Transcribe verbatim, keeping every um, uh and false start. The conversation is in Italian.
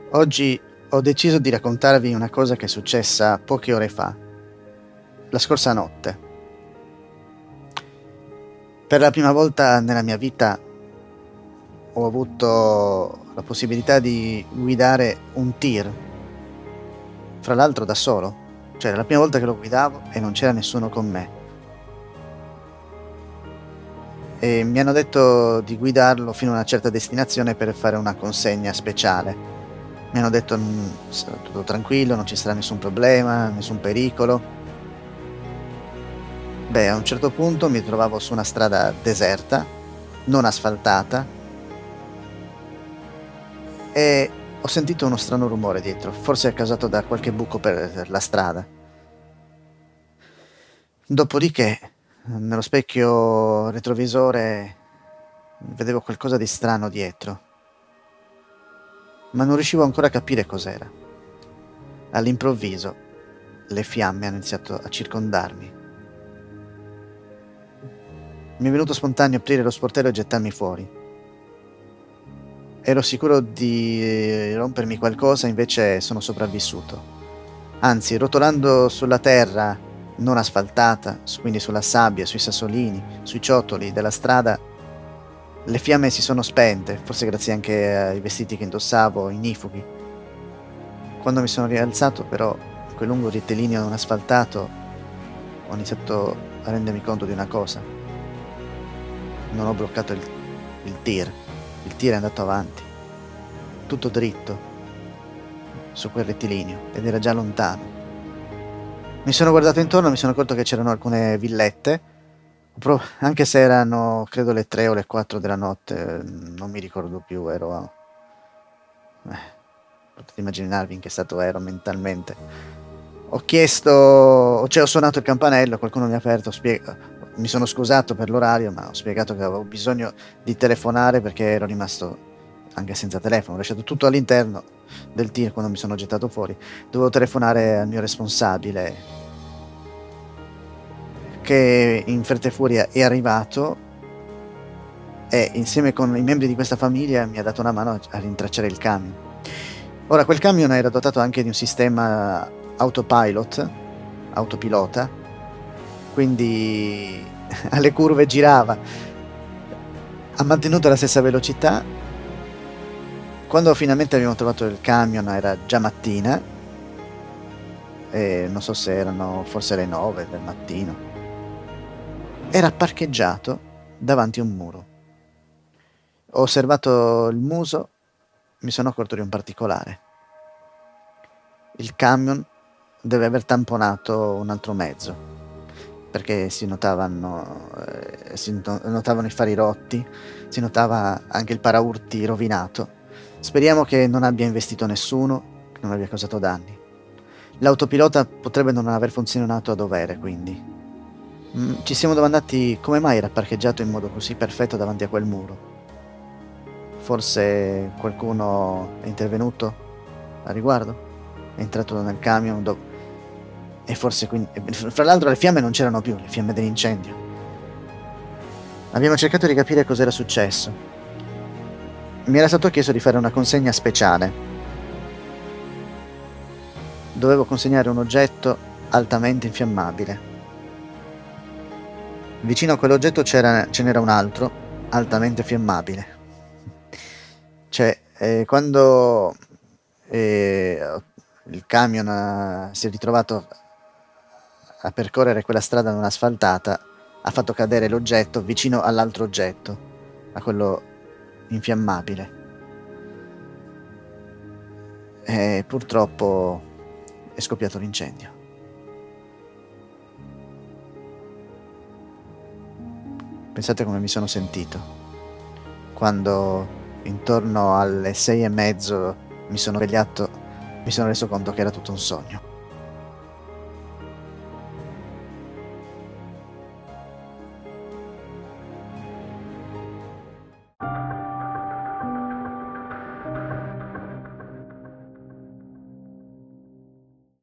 Oggi ho deciso di raccontarvi una cosa che è successa poche ore fa, la scorsa notte. Per la prima volta nella mia vita ho avuto la possibilità di guidare un tir, fra l'altro da solo. Cioè, era la prima volta che lo guidavo e non c'era nessuno con me. E mi hanno detto di guidarlo fino a una certa destinazione per fare una consegna speciale. Mi hanno detto "Mm, sarà tutto tranquillo, non ci sarà nessun problema, nessun pericolo". Beh, a un certo punto mi trovavo su una strada deserta, non asfaltata, e ho sentito uno strano rumore dietro, forse causato da qualche buco per per la strada. Dopodiché, nello specchio retrovisore, vedevo qualcosa di strano dietro, ma non riuscivo ancora a capire cos'era. All'improvviso, le fiamme hanno iniziato a circondarmi. Mi è venuto spontaneo aprire lo sportello e gettarmi fuori. Ero sicuro di rompermi qualcosa, invece sono sopravvissuto. Anzi, rotolando sulla terra non asfaltata, su- quindi sulla sabbia, sui sassolini, sui ciottoli della strada, le fiamme si sono spente, forse grazie anche ai vestiti che indossavo, i nifughi. Quando mi sono rialzato, però, in quel lungo rettilineo non asfaltato, ho iniziato a rendermi conto di una cosa. Non ho bloccato il, il tir. Il tir è andato avanti, tutto dritto, su quel rettilineo, ed era già lontano. Mi sono guardato intorno, mi sono accorto che c'erano alcune villette, pro- anche se erano, credo, le tre o le quattro della notte, non mi ricordo più, ero... eh, potete immaginarvi in che stato ero mentalmente. Ho chiesto, cioè ho suonato il campanello, qualcuno mi ha aperto, spie- mi sono scusato per l'orario, ma ho spiegato che avevo bisogno di telefonare perché ero rimasto anche senza telefono, ho lasciato tutto all'interno del tir quando mi sono gettato fuori. Dovevo telefonare al mio responsabile, che in fretta e furia è arrivato e insieme con i membri di questa famiglia mi ha dato una mano a a rintracciare il camion. Ora, quel camion era dotato anche di un sistema autopilot, autopilota, quindi alle curve girava, ha mantenuto la stessa velocità. Quando finalmente abbiamo trovato il camion era già mattina, e non so se erano forse le nove del mattino. Era parcheggiato davanti a un muro. Ho osservato il muso, mi sono accorto di un particolare. Il camion deve aver tamponato un altro mezzo, perché si notavano, eh, si no- notavano i fari rotti, si notava anche il paraurti rovinato. Speriamo che non abbia investito nessuno, che non abbia causato danni. L'autopilota potrebbe non aver funzionato a dovere, quindi. Mm, ci siamo domandati come mai era parcheggiato in modo così perfetto davanti a quel muro. Forse qualcuno è intervenuto a riguardo? È entrato nel camion do- e forse quindi... e fra l'altro le fiamme non c'erano più, le fiamme dell'incendio. Abbiamo cercato di capire cos'era successo. Mi era stato chiesto di fare una consegna speciale. Dovevo consegnare un oggetto altamente infiammabile. Vicino a quell'oggetto c'era, ce n'era un altro altamente fiammabile. Cioè, eh, quando eh, il camion eh, si è ritrovato a percorrere quella strada non asfaltata, ha fatto cadere l'oggetto vicino all'altro oggetto, a quello infiammabile. E purtroppo è scoppiato l'incendio. Pensate come mi sono sentito quando intorno alle sei e mezzo mi sono svegliato, mi sono reso conto che era tutto un sogno.